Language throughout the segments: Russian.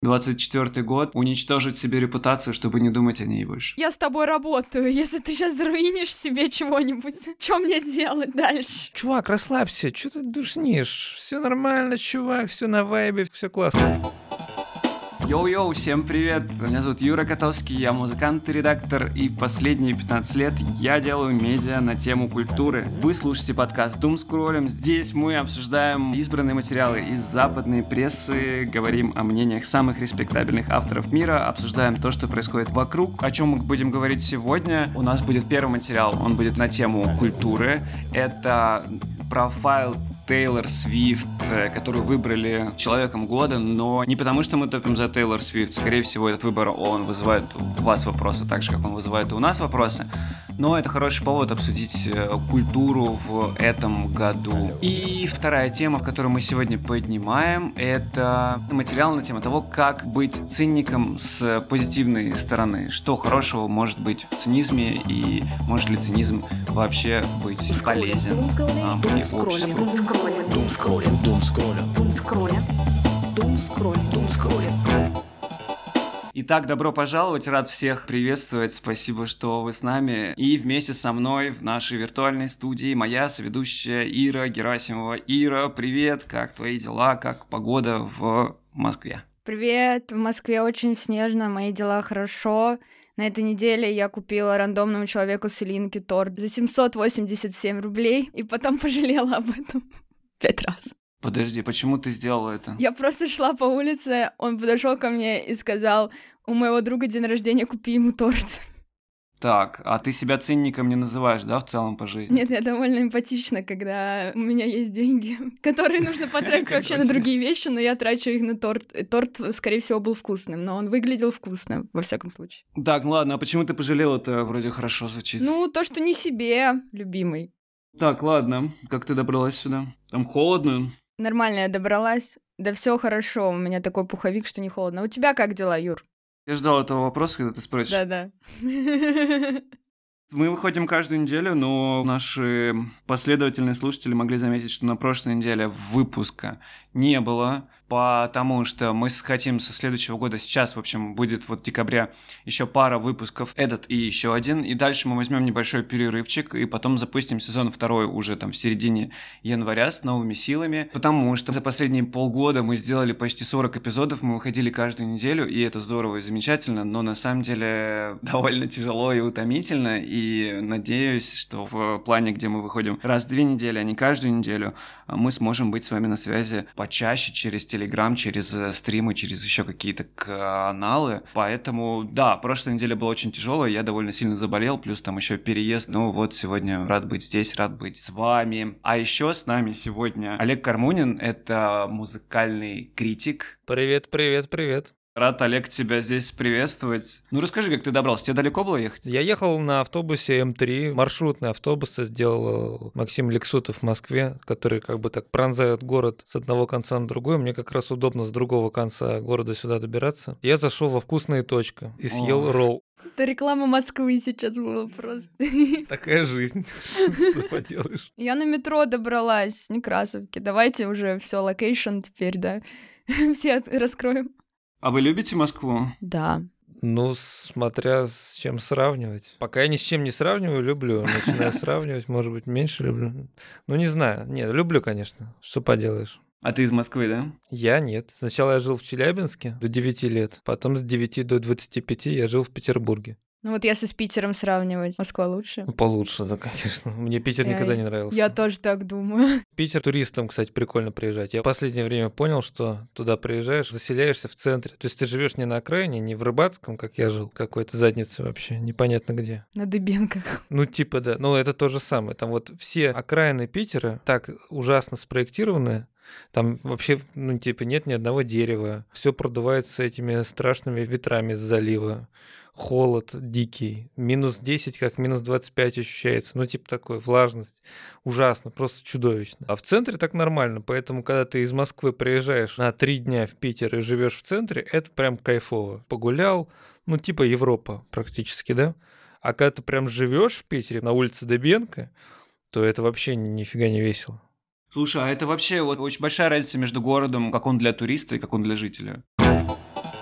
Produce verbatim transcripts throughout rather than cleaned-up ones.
двадцать четвёртый год, уничтожить себе репутацию, чтобы не думать о ней больше. Я с тобой работаю, если ты сейчас заруинишь себе чего-нибудь, что мне делать дальше? Чувак, расслабься, что ты душнишь? Все нормально, чувак, все на вайбе, все классно. Йоу-йоу, всем привет! Меня зовут Юра Котовский, я музыкант и редактор, и последние пятнадцать лет я делаю медиа на тему культуры. Вы слушаете подкаст Doomscroll. Здесь мы обсуждаем избранные материалы из западной прессы, говорим о мнениях самых респектабельных авторов мира, обсуждаем то, что происходит вокруг. О чем мы будем говорить сегодня? У нас будет первый материал, он будет на тему культуры. Это профайл Тейлор Свифт, которую выбрали человеком года, но не потому, что мы топим за Тейлор Свифт. Скорее всего, этот выбор, он вызывает у вас вопросы, так же, как он вызывает и у нас вопросы. Но это хороший повод обсудить культуру в этом году. И вторая тема, которую мы сегодня поднимаем, это материал на тему того, как быть циником с позитивной стороны. Что хорошего может быть в цинизме и может ли цинизм вообще быть полезен нам и обществу. Doomscroll, Doomscroll, Doomscroll, Doomscroll, Doomscroll. Итак, добро пожаловать, рад всех приветствовать, спасибо, что вы с нами. И вместе со мной в нашей виртуальной студии моя соведущая Ира Герасимова. Ира, привет, как твои дела, как погода в Москве? Привет, в Москве очень снежно, мои дела хорошо. На этой неделе я купила рандомному человеку с Ильинки торт за семьсот восемьдесят семь рублей, и потом пожалела об этом пять раз. Подожди, почему ты сделала это? Я просто шла по улице, он подошел ко мне и сказал: у моего друга день рождения, купи ему торт. Так, а ты себя цинником не называешь, да, в целом по жизни? Нет, я довольно эмпатична, когда у меня есть деньги, которые нужно потратить вообще на другие вещи, но я трачу их на торт. Торт, скорее всего, был вкусным, но он выглядел вкусно, во всяком случае. Так, ладно, а почему ты пожалела-то? Вроде хорошо звучит. Ну, то, что не себе, любимый. Так, ладно, как ты добралась сюда? Там холодно? Нормально я добралась. Да все хорошо, у меня такой пуховик, что не холодно. У тебя как дела, Юр? Я ждал этого вопроса, когда ты спросишь. Да-да. Мы выходим каждую неделю, но наши последовательные слушатели могли заметить, что на прошлой неделе выпуска не было, потому что мы хотим со следующего года, сейчас, в общем, будет вот в декабре еще пара выпусков, этот и еще один, и дальше мы возьмем небольшой перерывчик, и потом запустим сезон второй уже там в середине января с новыми силами, потому что за последние полгода мы сделали почти сорок эпизодов, мы выходили каждую неделю, и это здорово и замечательно, но на самом деле довольно тяжело и утомительно, и надеюсь, что в плане, где мы выходим раз в две недели, а не каждую неделю, мы сможем быть с вами на связи почаще через Телеграм, через стримы, через еще какие-то каналы. Поэтому, да, прошлая неделя была очень тяжелая, я довольно сильно заболел, плюс там еще переезд. Ну вот, сегодня рад быть здесь, рад быть с вами. А еще с нами сегодня Олег Кармунин, это музыкальный критик. Привет, привет, привет. Рад, Олег, тебя здесь приветствовать. Ну, расскажи, как ты добрался? Тебе далеко было ехать? Я ехал на автобусе эм три, маршрутный автобус сделал Максим Лексутов в Москве, который как бы так пронзает город с одного конца на другой. Мне как раз удобно с другого конца города сюда добираться. Я зашел во вкусная точка и съел О. ролл. Это реклама Москвы сейчас была просто. Такая жизнь. Что поделаешь? Я на метро добралась, Некрасовки. Давайте уже все локейшн теперь, да? Все от- раскроем. А вы любите Москву? Да. Ну, смотря с чем сравнивать. Пока я ни с чем не сравниваю, люблю. Начинаю сравнивать, может быть, меньше люблю. Ну, не знаю. Нет, люблю, конечно. Что поделаешь. А ты из Москвы, да? Я нет. Сначала я жил в Челябинске до девяти лет. Потом с девяти до двадцати пяти я жил в Петербурге. Ну вот если с Питером сравнивать, Москва лучше. Ну, получше, да, конечно. Мне Питер Я- никогда не нравился. Я тоже так думаю. Питер туристам, кстати, прикольно приезжать. Я в последнее время понял, что туда приезжаешь, заселяешься в центре. То есть ты живешь не на окраине, не в Рыбацком, как я жил, какой-то заднице вообще, непонятно где. На Дыбенках. Ну, типа, да. Ну, это то же самое. Там вот все окраины Питера так ужасно спроектированы. Там вообще, ну, типа, нет ни одного дерева. Все продувается этими страшными ветрами с залива. Холод дикий. Минус десять, как минус двадцать пять ощущается. Ну, типа такой, влажность. Ужасно, просто чудовищно. А в центре так нормально. Поэтому, когда ты из Москвы приезжаешь на три дня в Питер и живешь в центре, это прям кайфово. Погулял, ну, типа Европа практически, да? А когда ты прям живешь в Питере на улице Дыбенко, то это вообще нифига не весело. Слушай, а это вообще вот очень большая разница между городом, как он для туриста и как он для жителя.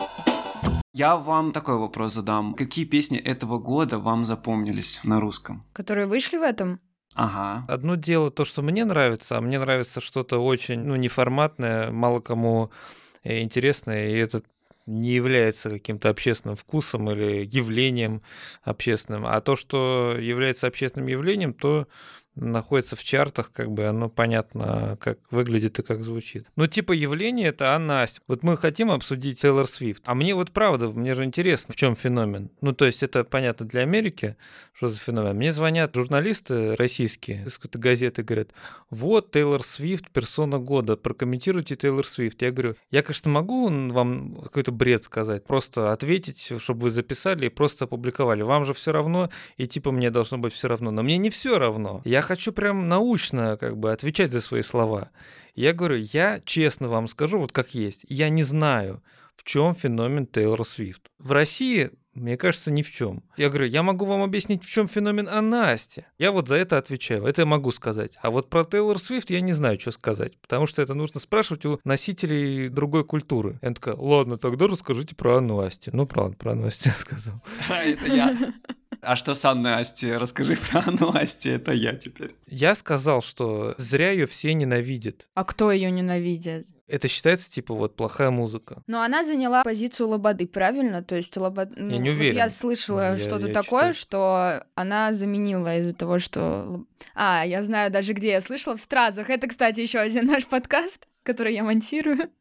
Я вам такой вопрос задам. Какие песни этого года вам запомнились на русском? Которые вышли в этом? Ага. Одно дело то, что мне нравится, а мне нравится что-то очень, ну, неформатное, мало кому э, интересное, и это не является каким-то общественным вкусом или явлением общественным. А то, что является общественным явлением, то находится в чартах, как бы оно понятно, как выглядит и как звучит. Ну, типа явление — это Анна Астя. Вот мы хотим обсудить Тейлор Свифт. А мне вот правда, мне же интересно, в чем феномен. Ну, то есть это понятно для Америки, что за феномен. Мне звонят журналисты российские из какой-то газеты, говорят, вот Тейлор Свифт, персона года, прокомментируйте Тейлор Свифт. Я говорю, я, конечно, могу вам какой-то бред сказать, просто ответить, чтобы вы записали и просто опубликовали. Вам же все равно, и типа мне должно быть все равно. Но мне не все равно. Я хочу прям научно как бы отвечать за свои слова. Я говорю, я честно вам скажу, вот как есть, я не знаю, в чем феномен Тейлор Свифт. В России, мне кажется, ни в чем. Я говорю, я могу вам объяснить, в чем феномен Анны Асти. Я вот за это отвечаю, это я могу сказать. А вот про Тейлор Свифт я не знаю, что сказать, потому что это нужно спрашивать у носителей другой культуры. Я такая, ладно, тогда расскажите про Анну Асти. Ну, правда, про Анну Асти сказал. Это я. А что с Анной Асти? Расскажи про Анну Асти, это я теперь. Я сказал, что зря ее все ненавидят. А кто ее ненавидит? Это считается, типа, вот, плохая музыка. Но она заняла позицию Лободы, правильно? То есть Лобода... Я ну, не уверен. Вот я слышала Я- что-то я такое, читаю. что она заменила из-за того, что... А, я знаю даже, где я слышала, в Стразах. Это, кстати, еще один наш подкаст, который я монтирую.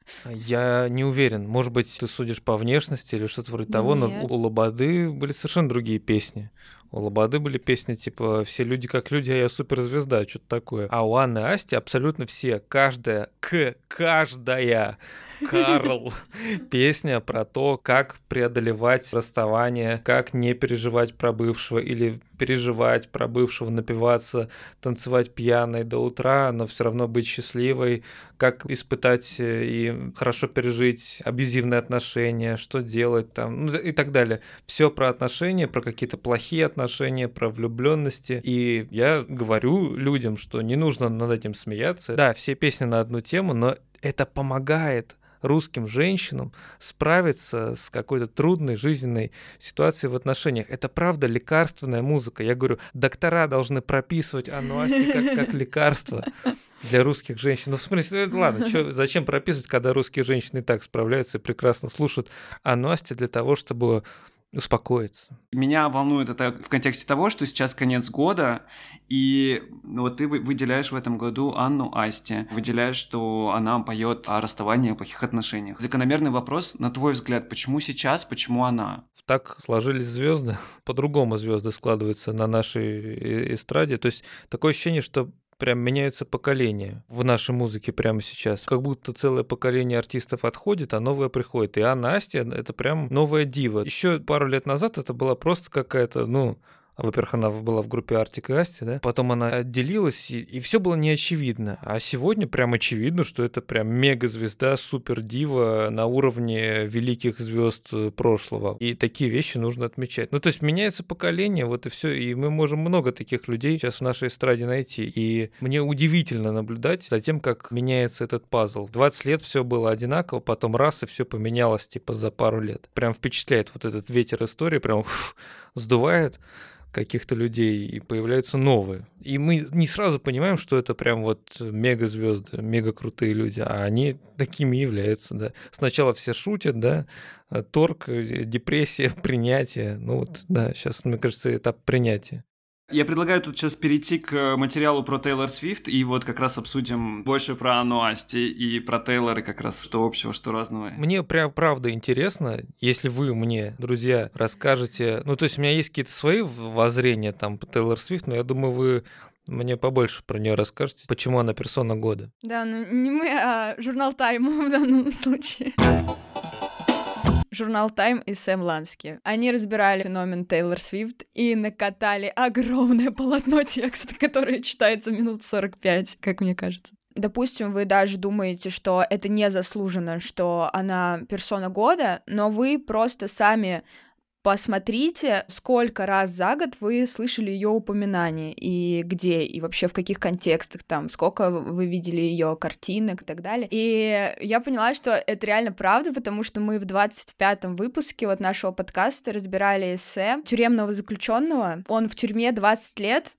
Я не уверен. Может быть, ты судишь по внешности или что-то вроде того, но Нет. у Лободы были совершенно другие песни. У Лободы были песни типа «Все люди как люди, а я суперзвезда», что-то такое. А у Анны Асти абсолютно все, каждая, к каждая, Карл, песня про то, как преодолевать расставание, как не переживать про бывшего или переживать про бывшего, напиваться, танцевать пьяной до утра, но все равно быть счастливой, как испытать и хорошо пережить абьюзивные отношения, что делать там, ну, и так далее. Все про отношения, про какие-то плохие отношения, про влюбленности. И я говорю людям, что не нужно над этим смеяться. Да, все песни на одну тему, но это помогает русским женщинам справиться с какой-то трудной жизненной ситуацией в отношениях. Это правда лекарственная музыка. Я говорю, доктора должны прописывать Анну Асти как, как лекарство для русских женщин. Ну, в смысле, ладно, чё, зачем прописывать, когда русские женщины и так справляются и прекрасно слушают Анну Асти для того, чтобы успокоиться. Меня волнует это в контексте того, что сейчас конец года, и вот ты вы- выделяешь в этом году Анну Асти, выделяешь, что она поет о расставании, о плохих отношениях. Закономерный вопрос, на твой взгляд, почему сейчас, почему она? Так сложились звезды, по-другому звезды складываются на нашей э- эстраде. То есть такое ощущение, что прям меняются поколения в нашей музыке прямо сейчас. Как будто целое поколение артистов отходит, а новое приходит. И Анна Асти — это прям новая дива. Еще пару лет назад это была просто какая-то, ну, во-первых, она была в группе Артик и Асти, да? Потом она отделилась, и, и все было неочевидно. А сегодня прям очевидно, что это прям мега-звезда, супер-дива на уровне великих звезд прошлого. И такие вещи нужно отмечать. Ну, то есть меняется поколение, вот и все. И мы можем много таких людей сейчас в нашей эстраде найти. И мне удивительно наблюдать за тем, как меняется этот пазл. двадцать лет все было одинаково, потом раз, и все поменялось типа за пару лет. Прям впечатляет вот этот ветер истории, прям фу, сдувает каких-то людей, и появляются новые. И мы не сразу понимаем, что это прям вот мега-звезды, мега-крутые люди, а они такими являются, да. Сначала все шутят, да, торг, депрессия, принятие. Ну вот, да, сейчас, мне кажется, этап принятия. Я предлагаю тут сейчас перейти к материалу про Тейлор Свифт, и вот как раз обсудим больше про Анну Асти и про Тейлора, как раз что общего, что разного. Мне прям правда интересно, если вы мне, друзья, расскажете... Ну, то есть у меня есть какие-то свои воззрения там по Тейлор Свифт, но я думаю, вы мне побольше про нее расскажете, почему она персона года. Да, ну не мы, а журнал Time в данном случае. Журнал Time и Сэм Лански. Они разбирали феномен Тейлор Свифт и накатали огромное полотно текста, которое читается минут сорок пять, как мне кажется. Допустим, вы даже думаете, что это не заслуженно, что она персона года, но вы просто сами посмотрите, сколько раз за год вы слышали ее упоминания, и где, и вообще в каких контекстах там, сколько вы видели ее картинок и так далее. И я поняла, что это реально правда, потому что мы в двадцать пятом выпуске вот нашего подкаста разбирали эссе тюремного заключенного. Он в тюрьме двадцать лет,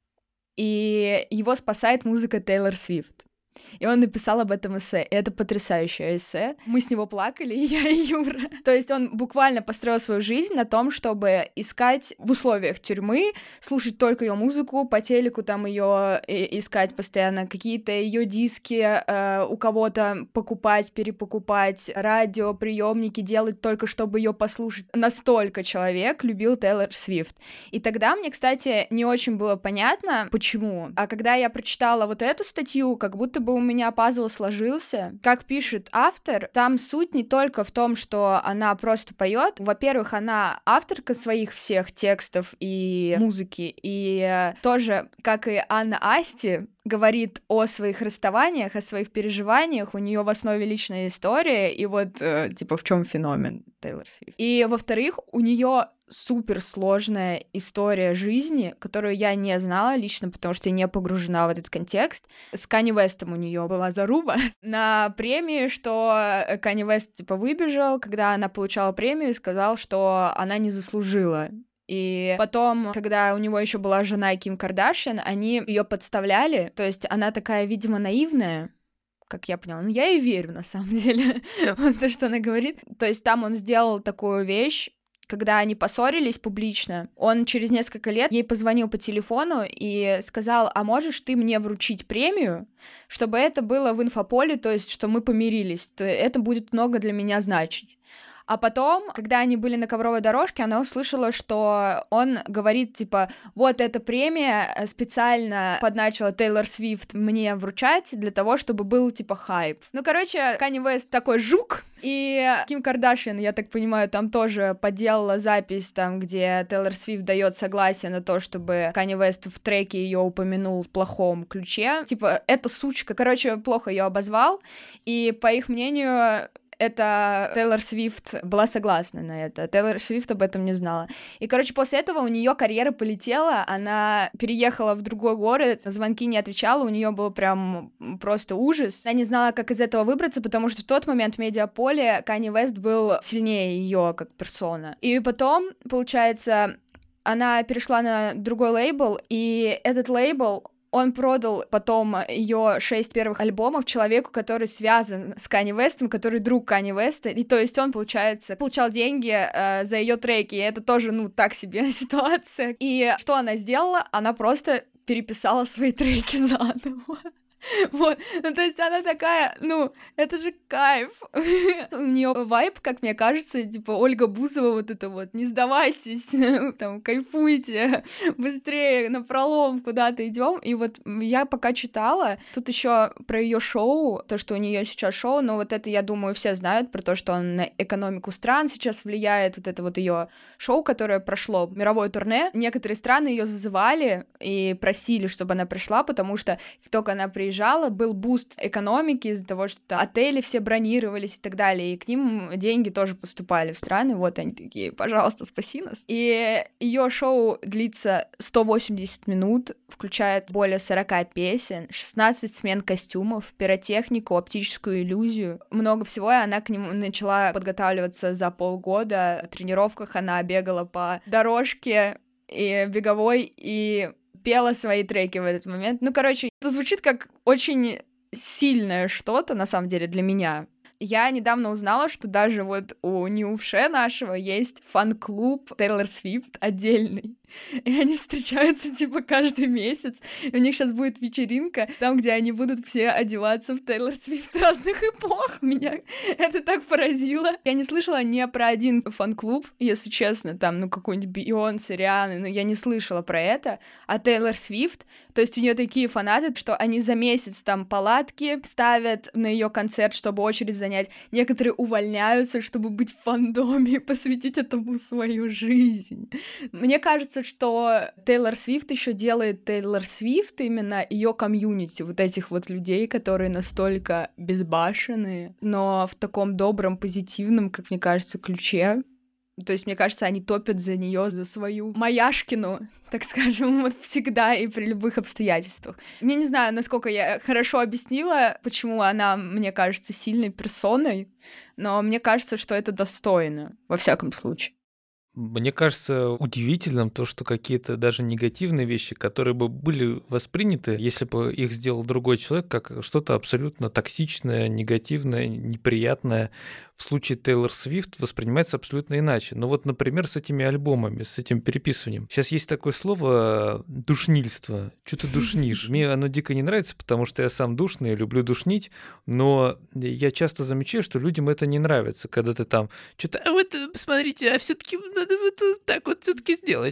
и его спасает музыка Тейлор Свифт. И он написал об этом эссе. И это потрясающее эссе. Мы с него плакали, и я, и Юра. То есть он буквально построил свою жизнь на том, чтобы искать в условиях тюрьмы, слушать только ее музыку, по телеку там ее искать постоянно, какие-то ее диски э, у кого-то покупать, перепокупать, радиоприемники делать только, чтобы ее послушать. Настолько человек любил Тейлор Свифт. И тогда мне, кстати, не очень было понятно, почему. А когда я прочитала вот эту статью, как будто бы у меня пазл сложился. Как пишет автор, там суть не только в том, что она просто поет. Во-первых, она авторка своих всех текстов и музыки, и тоже, как и Анна Асти, говорит о своих расставаниях, о своих переживаниях, у нее в основе личная история, и вот, э, типа, в чем феномен Тейлор Свифт. И, во-вторых, у нее суперсложная история жизни, которую я не знала лично, потому что я не погружена в этот контекст. С Канье Вестом у нее была заруба на премии, что Канье Вест, типа, выбежал, когда она получала премию, и сказал, что она не заслужила. И потом, когда у него еще была жена Ким Кардашьян, они ее подставляли, то есть она такая, видимо, наивная, как я поняла. Ну, я ей верю, на самом деле, вот то, что она говорит. То есть там он сделал такую вещь, когда они поссорились публично, он через несколько лет ей позвонил по телефону и сказал: а можешь ты мне вручить премию, чтобы это было в инфополе, то есть что мы помирились, то это будет много для меня значить. А потом, когда они были на ковровой дорожке, она услышала, что он говорит, типа, вот эта премия специально подначила Тейлор Свифт мне вручать для того, чтобы был, типа, хайп. Ну, короче, Канье Вест такой жук, и Ким Кардашьян, я так понимаю, там тоже подделала запись, там, где Тейлор Свифт дает согласие на то, чтобы Канье Вест в треке ее упомянул в плохом ключе. Типа, эта сучка, короче, плохо ее обозвал, и, по их мнению, это Тейлор Свифт была согласна на это. Тейлор Свифт об этом не знала. И, короче, после этого у нее карьера полетела, она переехала в другой город, на звонки не отвечала, у нее был прям просто ужас. Она не знала, как из этого выбраться, потому что в тот момент в медиаполе Канье Вест был сильнее ее как персона. И потом, получается, она перешла на другой лейбл, и этот лейбл он продал потом ее шесть первых альбомов человеку, который связан с Канье Вестом, который друг Канье Веста, и то есть он, получается, получал деньги э, за ее треки, и это тоже, ну, так себе ситуация. И что она сделала? Она просто переписала свои треки заново. Вот, ну то есть она такая, ну, это же кайф. У нее вайб, как мне кажется, типа Ольга Бузова, вот это вот, не сдавайтесь, там, кайфуйте, быстрее напролом куда-то идем. И вот я пока читала, тут еще про ее шоу, то, что у нее сейчас шоу, но вот это, я думаю, все знают про то, что он на экономику стран сейчас влияет, вот это вот ее шоу, которое прошло мировое турне. Некоторые страны ее зазывали и просили, чтобы она пришла, потому что как только она приезжала, был буст экономики из-за того, что отели все бронировались и так далее, и к ним деньги тоже поступали в страны, вот они такие, пожалуйста, спаси нас. И ее шоу длится сто восемьдесят минут, включает более сорок песен, шестнадцать смен костюмов, пиротехнику, оптическую иллюзию, много всего, и она к нему начала подготавливаться за полгода. В тренировках она бегала по дорожке и беговой, и пела свои треки в этот момент. Ну, короче, это звучит как очень сильное что-то, на самом деле, для меня. Я недавно узнала, что даже вот у Ньюше нашего есть фан-клуб Тейлор Свифт отдельный. И они встречаются, типа, каждый месяц. И у них сейчас будет вечеринка, там, где они будут все одеваться в Тейлор Свифт разных эпох. Меня это так поразило. Я не слышала ни про один фан-клуб, если честно, там, ну, какой-нибудь Бейонсе, Рианны, но я не слышала про это. А Тейлор Свифт, то есть у нее такие фанаты, что они за месяц там палатки ставят на ее концерт, чтобы очередь занять. Некоторые увольняются, чтобы быть в фандоме и посвятить этому свою жизнь. Мне кажется, что Тейлор Свифт еще делает Тейлор Свифт, именно ее комьюнити, вот этих вот людей, которые настолько безбашенные, но в таком добром, позитивном, как мне кажется, ключе. То есть, мне кажется, они топят за нее, за свою Маяшкину, так скажем, вот всегда и при любых обстоятельствах. Я не знаю, насколько я хорошо объяснила, почему она, мне кажется, сильной персоной, но мне кажется, что это достойно, во всяком случае. Мне кажется удивительным то, что какие-то даже негативные вещи, которые бы были восприняты, если бы их сделал другой человек, как что-то абсолютно токсичное, негативное, неприятное, в случае Тейлор Свифт воспринимается абсолютно иначе. Ну вот, например, с этими альбомами, с этим переписыванием. Сейчас есть такое слово «душнильство». Что ты душнишь? Мне оно дико не нравится, потому что я сам душный, люблю душнить, но я часто замечаю, что людям это не нравится, когда ты там что-то «а вот, посмотрите, а все-таки надо вот так вот все-таки сделать».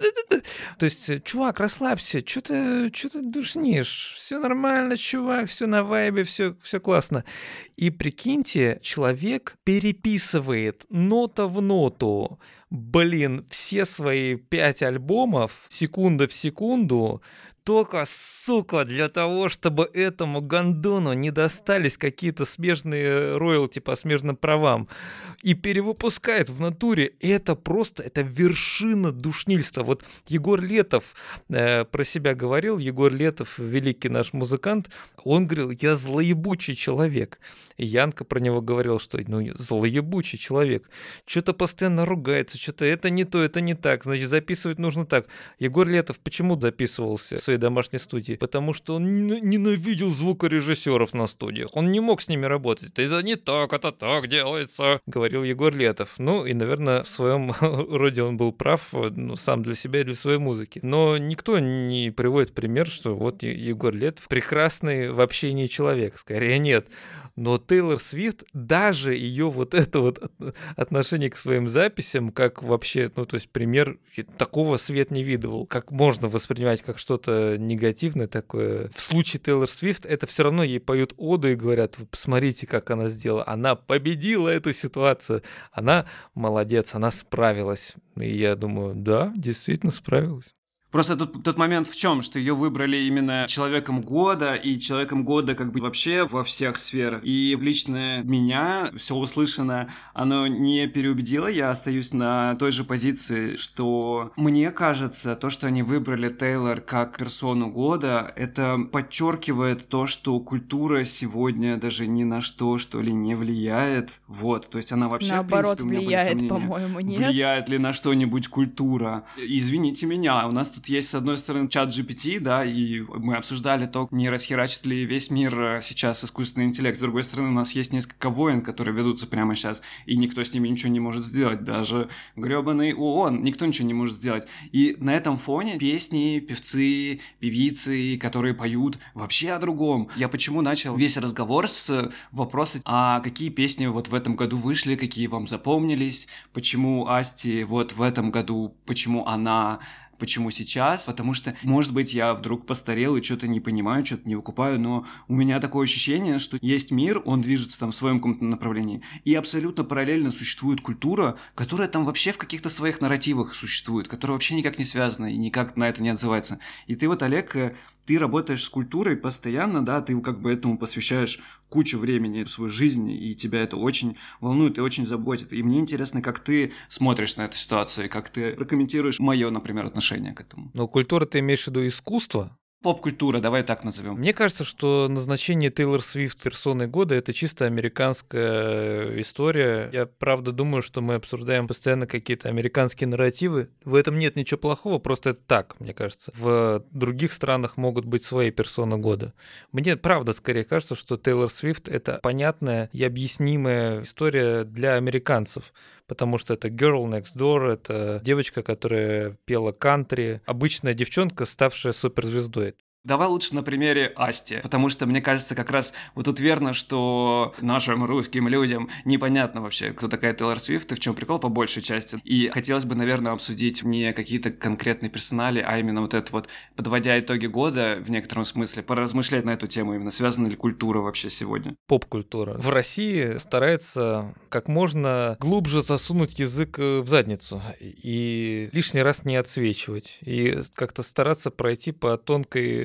То есть, чувак, расслабься, что ты, что ты душнишь? Все нормально, чувак, все на вайбе, все, все классно. И прикиньте, человек переписывает нота в ноту, блин, все свои пять альбомов, секунда в секунду, только, сука, для того, чтобы этому гондону не достались какие-то смежные роялти по смежным правам. И перевыпускает в натуре. Это просто, это вершина душнильства. Вот Егор Летов э, про себя говорил, Егор Летов, великий наш музыкант, он говорил, я злоебучий человек. И Янка про него говорил, что ну, злоебучий человек. Что-то постоянно ругается, что-то это не то, это не так, значит, записывать нужно так. Егор Летов почему записывался в своей домашней студии? Потому что он ненавидел звукорежиссеров на студиях. Он не мог с ними работать. Это не так, это так делается, говорил Егор Летов. Ну и, наверное, в своем роде он был прав, ну, сам для себя и для своей музыки. Но никто не приводит пример, что вот Егор Летов прекрасный в общении человек. Скорее нет. Но Тейлор Свифт, даже ее вот это вот отношение к своим записям, как вообще, ну, то есть пример, такого свет не видывал. Как можно воспринимать как что-то негативное такое. В случае Тейлор Свифт это все равно ей поют оду и говорят, вы посмотрите, как она сделала. Она победила эту ситуацию. Она молодец, она справилась. И я думаю, да, действительно справилась. Просто тот, тот момент в чем, что ее выбрали именно человеком года, и человеком года как бы вообще во всех сферах. И лично меня все услышанное, оно не переубедило, я остаюсь на той же позиции, что мне кажется, то, что они выбрали Тейлор как персону года, это подчеркивает то, что культура сегодня даже ни на что, что ли, не влияет. Вот, то есть она вообще, наоборот, в принципе, у меня влияет, были сомнения, по-моему, нет. влияет ли на что-нибудь культура. Извините меня, у нас тут есть, с одной стороны, чат джи пи ти, да, и мы обсуждали то, не расхерачит ли весь мир сейчас искусственный интеллект. С другой стороны, у нас есть несколько войн, которые ведутся прямо сейчас, и никто с ними ничего не может сделать. Даже грёбаный ООН, никто ничего не может сделать. И на этом фоне песни, певцы, певицы, которые поют вообще о другом. Я почему начал весь разговор с вопроса, а какие песни вот в этом году вышли, какие вам запомнились, почему Асти вот в этом году, почему она... Почему сейчас? Потому что, может быть, я вдруг постарел и что-то не понимаю, что-то не выкупаю, но у меня такое ощущение, что есть мир, он движется там в своем каком-то направлении, и абсолютно параллельно существует культура, которая там вообще в каких-то своих нарративах существует, которая вообще никак не связана и никак на это не отзывается. И ты вот, Олег, ты работаешь с культурой постоянно, да, ты как бы этому посвящаешь кучу времени в свою жизнь, и тебя это очень волнует и очень заботит. И мне интересно, как ты смотришь на эту ситуацию, как ты прокомментируешь мое, например, отношение к этому. Но культура, ты имеешь в виду искусство? Поп-культура, давай так назовем. Мне кажется, что назначение Тейлор Свифт персоной года — это чисто американская история. Я правда думаю, что мы обсуждаем постоянно какие-то американские нарративы. В этом нет ничего плохого, просто это так, мне кажется. В других странах могут быть свои персоны года. Мне правда скорее кажется, что Тейлор Свифт — это понятная и объяснимая история для американцев. Потому что это Girl Next Door, это девочка, которая пела кантри, обычная девчонка, ставшая суперзвездой. Давай лучше на примере Асти, потому что, мне кажется, как раз вот тут верно, что нашим русским людям непонятно вообще, кто такая Тейлор Свифт и в чем прикол по большей части. И хотелось бы, наверное, обсудить не какие-то конкретные персонали, а именно вот это вот, подводя итоги года в некотором смысле, поразмышлять на эту тему, именно связана ли культура вообще сегодня. Поп-культура. В России старается как можно глубже засунуть язык в задницу и лишний раз не отсвечивать, и как-то стараться пройти по тонкой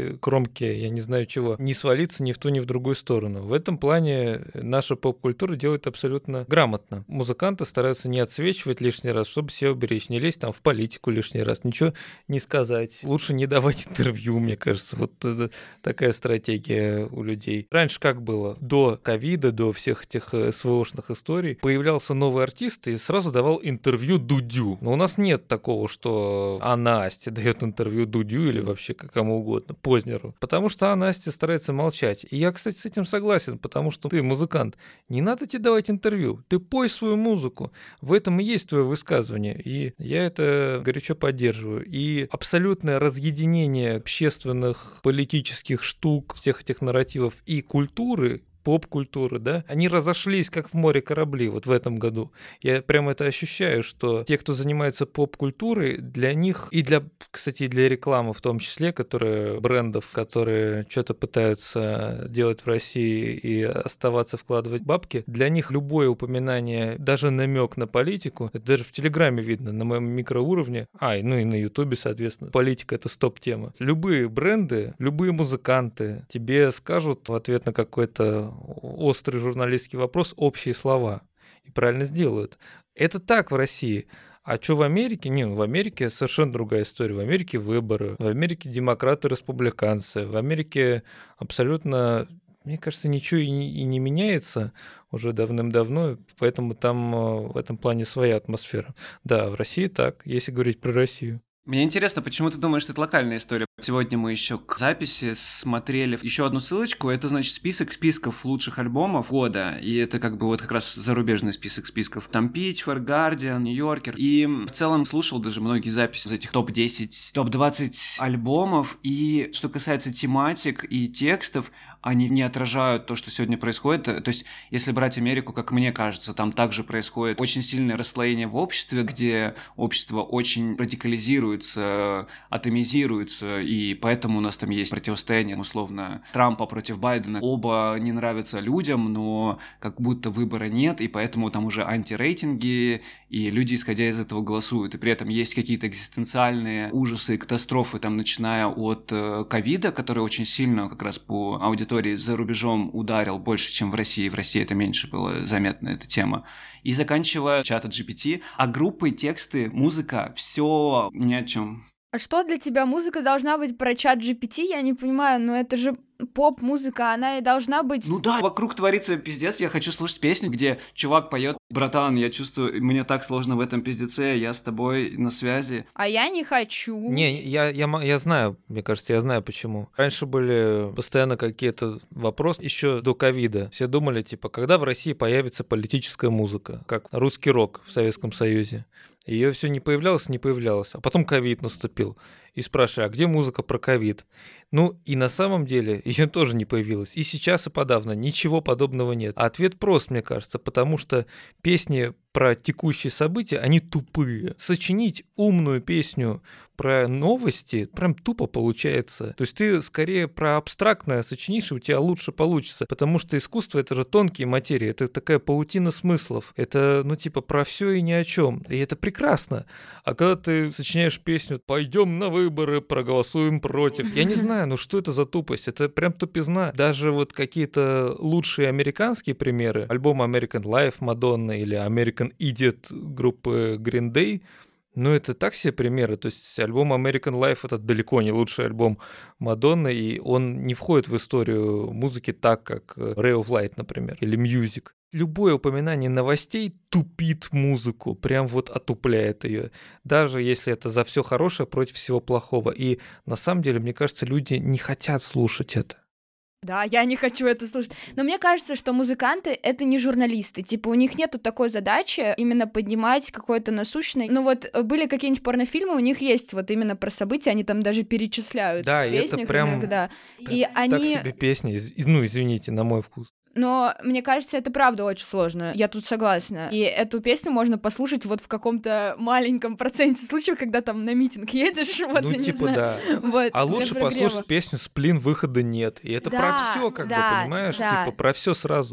этой кромки, я не знаю чего, не свалиться ни в ту, ни в другую сторону. В этом плане наша поп-культура делает абсолютно грамотно. Музыканты стараются не отсвечивать лишний раз, чтобы себя уберечь, не лезть там в политику лишний раз, ничего не сказать. Лучше не давать интервью, мне кажется. Вот такая стратегия у людей. Раньше как было? До ковида, до всех этих СВОшных историй появлялся новый артист и сразу давал интервью Дудю. Но у нас нет такого, что А Настя дает интервью Дудю или вообще кому угодно, Познеру. Потому что А Настя старается молчать. И я, кстати, с этим согласен, потому что ты музыкант. Не надо тебе давать интервью. Ты пой свою музыку. В этом и есть твое высказывание. И я это горячо поддерживаю. И абсолютное разъединение общественных, политических штук, всех этих нарративов и культуры, поп-культуры, да, они разошлись, как в море корабли вот в этом году. Я прямо это ощущаю, что те, кто занимается поп-культурой, для них и для, кстати, для рекламы в том числе, которые брендов, которые что-то пытаются делать в России и оставаться, вкладывать бабки, для них любое упоминание, даже намек на политику, это даже в Телеграме видно, на моем микроуровне, а, ну и на Ютубе, соответственно, политика — это стоп-тема. Любые бренды, любые музыканты тебе скажут в ответ на какой-то острый журналистский вопрос общие слова. И правильно сделают. Это так в России. А что в Америке? Не, в Америке совершенно другая история. В Америке выборы, в Америке демократы-республиканцы, в Америке абсолютно, мне кажется, ничего и не, и не меняется уже давным-давно, поэтому там в этом плане своя атмосфера. Да, в России так, если говорить про Россию. Мне интересно, почему ты думаешь, что это локальная история? Сегодня мы еще к записи смотрели еще одну ссылочку. Это, значит, список списков лучших альбомов года. И это как бы вот как раз зарубежный список списков. Там Pitchfork, Guardian, New Yorker. И в целом слушал даже многие записи из этих топ десять, топ двадцать альбомов. И что касается тематик и текстов, они не отражают то, что сегодня происходит. То есть, если брать Америку, как мне кажется, там также происходит очень сильное расслоение в обществе, где общество очень радикализируется, атомизируется, и поэтому у нас там есть противостояние, условно, Трампа против Байдена. Оба не нравятся людям, но как будто выбора нет, и поэтому там уже антирейтинги, и люди, исходя из этого, голосуют. И при этом есть какие-то экзистенциальные ужасы и катастрофы, там, начиная от ковида, который очень сильно как раз по аудитории за рубежом ударил больше, чем в России. В России это меньше было заметно, эта тема. И заканчивая чата джи пи ти, а группы, тексты, музыка, все ни о чем. А что для тебя музыка должна быть про чат джи пи ти? Я не понимаю, но это же поп-музыка, она и должна быть... Ну да, вокруг творится пиздец, я хочу слушать песню, где чувак поет: братан, я чувствую, мне так сложно в этом пиздеце, я с тобой на связи. А я не хочу. Не, я, я, я знаю, мне кажется, я знаю почему. Раньше были постоянно какие-то вопросы, еще до ковида. Все думали, типа, когда в России появится политическая музыка, как русский рок в Советском Союзе. Ее все не появлялось, не появлялось. А потом ковид наступил. И спрашивали, а где музыка про ковид? Ну, и на самом деле ее тоже не появилось. И сейчас, и подавно. Ничего подобного нет. А ответ прост, мне кажется, потому что песни про текущие события, они тупые. Сочинить умную песню про новости прям тупо получается. То есть ты скорее про абстрактное сочинишь, и у тебя лучше получится. Потому что искусство — это же тонкие материи, это такая паутина смыслов. Это, ну, типа, про все и ни о чем. И это прекрасно. А когда ты сочиняешь песню «Пойдем на выборы, проголосуем против», я не знаю, ну что это за тупость? Это прям тупизна. Даже вот какие-то лучшие американские примеры, альбом American Life Мадонны или American Idiot группы Green Day, ну, это так себе примеры. То есть альбом American Life — это далеко не лучший альбом Мадонны, и он не входит в историю музыки так, как Ray of Light, например, или Music. Любое упоминание новостей тупит музыку, прям вот отупляет ее, даже если это за все хорошее против всего плохого. И на самом деле, мне кажется, люди не хотят слушать это. Да, я не хочу это слушать. Но мне кажется, что музыканты — это не журналисты. Типа, у них нету такой задачи именно поднимать какое-то насущное. Ну вот, были какие-нибудь порнофильмы, у них есть вот именно про события, они там даже перечисляют да, в песнях это прям... иногда. Так, и они... так себе песни, ну, извините, на мой вкус. Но мне кажется, это правда очень сложно. Я тут согласна. И эту песню можно послушать вот в каком-то маленьком проценте случаев, когда там на митинг едешь. Вот, ну, я типа, не знаю. да. Вот, а лучше послушать песню «Сплин, выхода нет». И это да, про все, как да, бы, понимаешь? Да. Типа, про все сразу.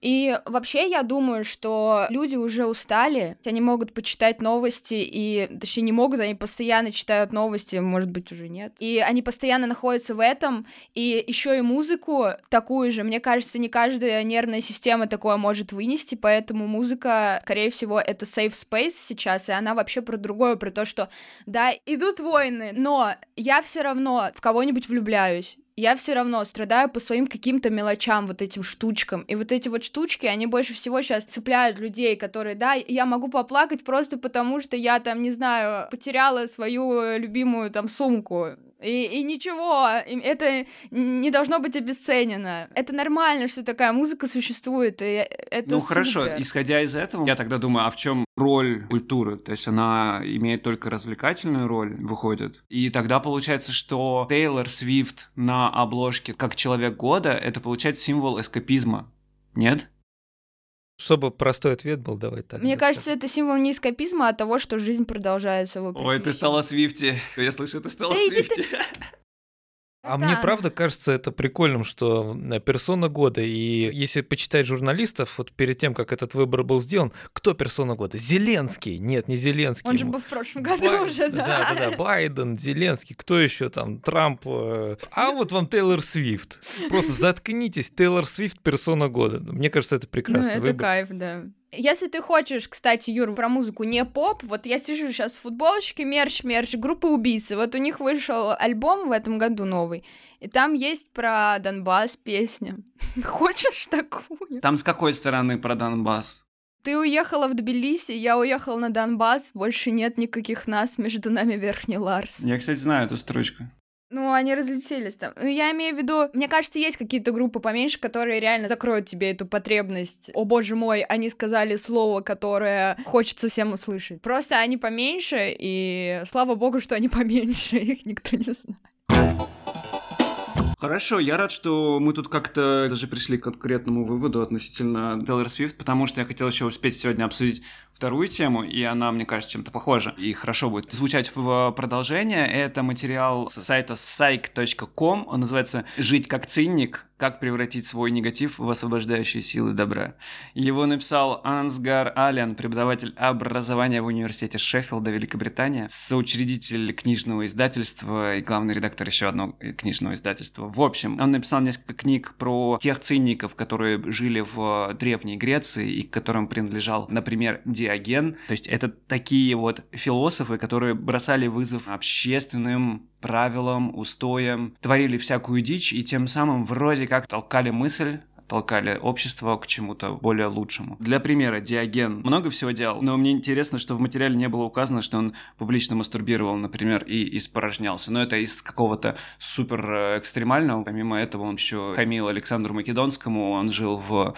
И вообще я думаю, что люди уже устали, они могут почитать новости, и, точнее, не могут, они постоянно читают новости, может быть, уже нет. И они постоянно находятся в этом, и еще и музыку такую же. Мне кажется, не каждая нервная система такое может вынести, поэтому музыка, скорее всего, это safe space сейчас, и она вообще про другое, про то, что, да, идут войны, но я все равно в кого-нибудь влюбляюсь. Я все равно страдаю по своим каким-то мелочам, вот этим штучкам. И вот эти вот штучки, они больше всего сейчас цепляют людей, которые, да, я могу поплакать просто потому, что я там, не знаю, потеряла свою любимую там сумку. И, и ничего, это не должно быть обесценено. Это нормально, что такая музыка существует, и это Ну супер. хорошо, исходя из этого, я тогда думаю, а в чем роль культуры? То есть она имеет только развлекательную роль, выходит. И тогда получается, что Тейлор Свифт на обложке как человек года, это получается символ эскапизма. Нет? Чтобы простой ответ был, давай так. Мне кажется, это символ не эскапизма, а того, что жизнь продолжается вопреки Ой, ты всему. стала Свифти. Я слышу, ты стала Да иди Свифти. А Да. мне правда кажется это прикольным, что э, персона года, и если почитать журналистов, вот перед тем, как этот выбор был сделан, кто персона года? Зеленский? Нет, не Зеленский. Он же был в прошлом году Бай- уже, да. Да, да, да, Байден, Зеленский, кто еще там, Трамп. э, А вот вам Тейлор Свифт. Просто заткнитесь, Тейлор Свифт персона года. Мне кажется, это Ну, прекрасный это выбор. кайф, да. Если ты хочешь, кстати, Юр, про музыку не поп, вот я сижу сейчас в футболочке, мерч, мерч, группа «Убийцы», вот у них вышел альбом в этом году новый, и там есть про Донбасс песня. Хочешь такую? Там с какой стороны про Донбасс? Ты уехала в Тбилиси, я уехала на Донбасс, больше нет никаких нас, между нами Верхний Ларс. Я, кстати, знаю эту строчку. Ну, они разлетелись там. Ну, я имею в виду, мне кажется, есть какие-то группы поменьше, которые реально закроют тебе эту потребность. О, боже мой, они сказали слово, которое хочется всем услышать. Просто они поменьше, и слава богу, что они поменьше, их никто не знает. Хорошо, я рад, что мы тут как-то даже пришли к конкретному выводу относительно Тейлор Свифт, потому что я хотел еще успеть сегодня обсудить вторую тему, и она, мне кажется, чем-то похожа, и хорошо будет звучать в продолжение. Это материал с сайта psych точка com, он называется «Жить как циник. Как превратить свой негатив в освобождающие силы добра». Его написал Ансгар Ален, преподаватель образования в университете Шеффилда, Великобритания, соучредитель книжного издательства и главный редактор еще одного книжного издательства. В общем, он написал несколько книг про тех циников, которые жили в Древней Греции и к которым принадлежал, например, Диоген. То есть это такие вот философы, которые бросали вызов общественным правилам, устоям, творили всякую дичь и тем самым вроде как толкали мысль, толкали общество к чему-то более лучшему. Для примера, Диоген много всего делал, но мне интересно, что в материале не было указано, что он публично мастурбировал, например, и испорожнялся. Но это из какого-то супер экстремального. Помимо этого он еще хамил Александру Македонскому, он жил в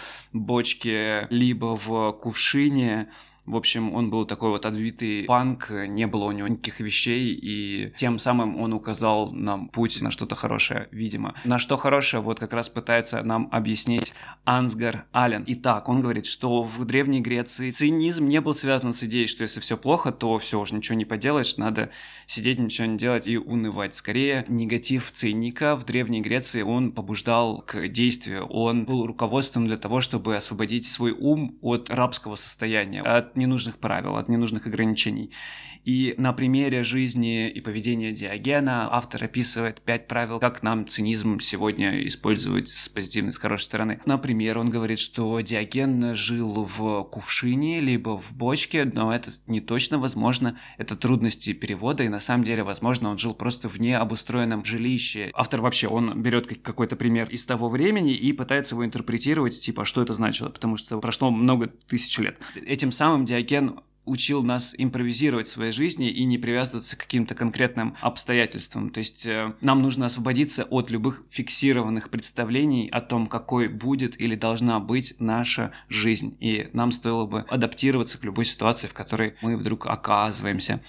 бочке либо в кувшине. В общем, он был такой вот отбитый панк, не было у него никаких вещей, и тем самым он указал нам путь на что-то хорошее, видимо. На что хорошее вот как раз пытается нам объяснить Ансгар Ален. Итак, он говорит, что в Древней Греции цинизм не был связан с идеей, что если все плохо, то все, уже ничего не поделаешь, надо сидеть, ничего не делать и унывать. Скорее, негатив циника в Древней Греции, он побуждал к действию, он был руководством для того, чтобы освободить свой ум от рабского состояния, от ненужных правил, от ненужных ограничений. И на примере жизни и поведения Диогена автор описывает пять правил, как нам цинизм сегодня использовать с позитивной, с хорошей стороны. Например, он говорит, что Диоген жил в кувшине, либо в бочке, но это не точно возможно, это трудности перевода, и на самом деле, возможно, он жил просто в необустроенном жилище. Автор вообще, он берет какой-то пример из того времени и пытается его интерпретировать, типа, что это значило, потому что прошло много тысяч лет. Этим самым Диоген учил нас импровизировать в своей жизни и не привязываться к каким-то конкретным обстоятельствам. То есть э, нам нужно освободиться от любых фиксированных представлений о том, какой будет или должна быть наша жизнь. И нам стоило бы адаптироваться к любой ситуации, в которой мы вдруг оказываемся.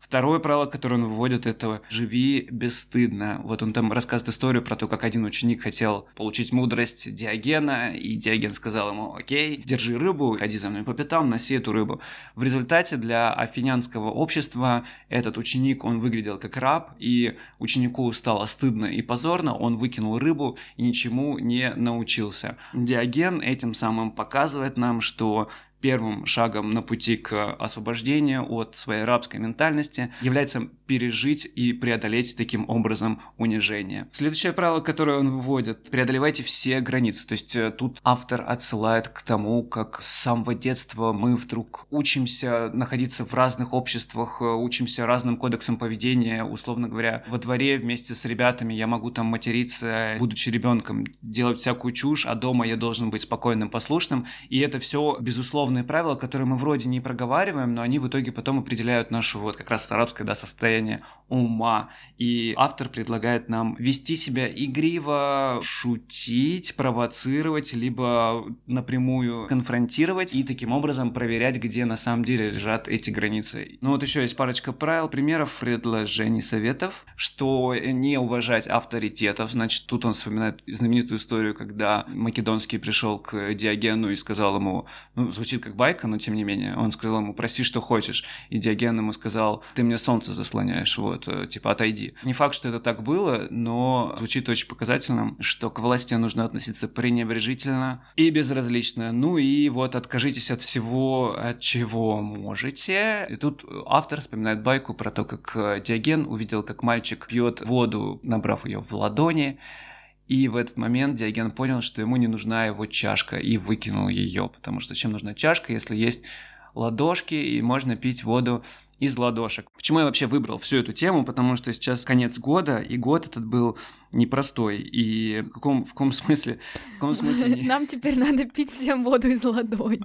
Второе правило, которое он выводит, это «живи бесстыдно». Вот он там рассказывает историю про то, как один ученик хотел получить мудрость Диогена, и Диоген сказал ему: окей, держи рыбу, ходи за мной по пятам, носи эту рыбу. В результате для афинянского общества этот ученик, он выглядел как раб, и ученику стало стыдно и позорно, он выкинул рыбу и ничему не научился. Диоген этим самым показывает нам, что первым шагом на пути к освобождению от своей рабской ментальности является пережить и преодолеть таким образом унижение. Следующее правило, которое он выводит: преодолевайте все границы. То есть тут автор отсылает к тому, как с самого детства мы вдруг учимся находиться в разных обществах, учимся разным кодексам поведения. Условно говоря, во дворе вместе с ребятами я могу там материться, будучи ребенком, делать всякую чушь, а дома я должен быть спокойным, послушным. И это все безусловно правила, которые мы вроде не проговариваем, но они в итоге потом определяют наше вот как раз арабское, да, состояние ума. И автор предлагает нам вести себя игриво, шутить, провоцировать, либо напрямую конфронтировать и таким образом проверять, где на самом деле лежат эти границы. Ну вот еще есть парочка правил, примеров, предложений, советов, что не уважать авторитетов. Значит, тут он вспоминает знаменитую историю, когда Македонский пришел к Диогену и сказал ему, ну, звучит как байка, но тем не менее, он сказал ему: проси, что хочешь. И Диоген ему сказал: ты мне солнце заслоняешь, вот, типа, отойди. Не факт, что это так было, но звучит очень показательно, что к власти нужно относиться пренебрежительно и безразлично. Ну и вот откажитесь от всего, от чего можете. И тут автор вспоминает байку про то, как Диоген увидел, как мальчик пьет воду, набрав ее в ладони. И в этот момент Диоген понял, что ему не нужна его чашка, и выкинул ее, потому что зачем нужна чашка, если есть ладошки, и можно пить воду из ладошек. Почему я вообще выбрал всю эту тему? Потому что сейчас конец года, и год этот был непростой. И в каком, в каком смысле? В каком смысле? Нам теперь надо пить всем воду из ладони.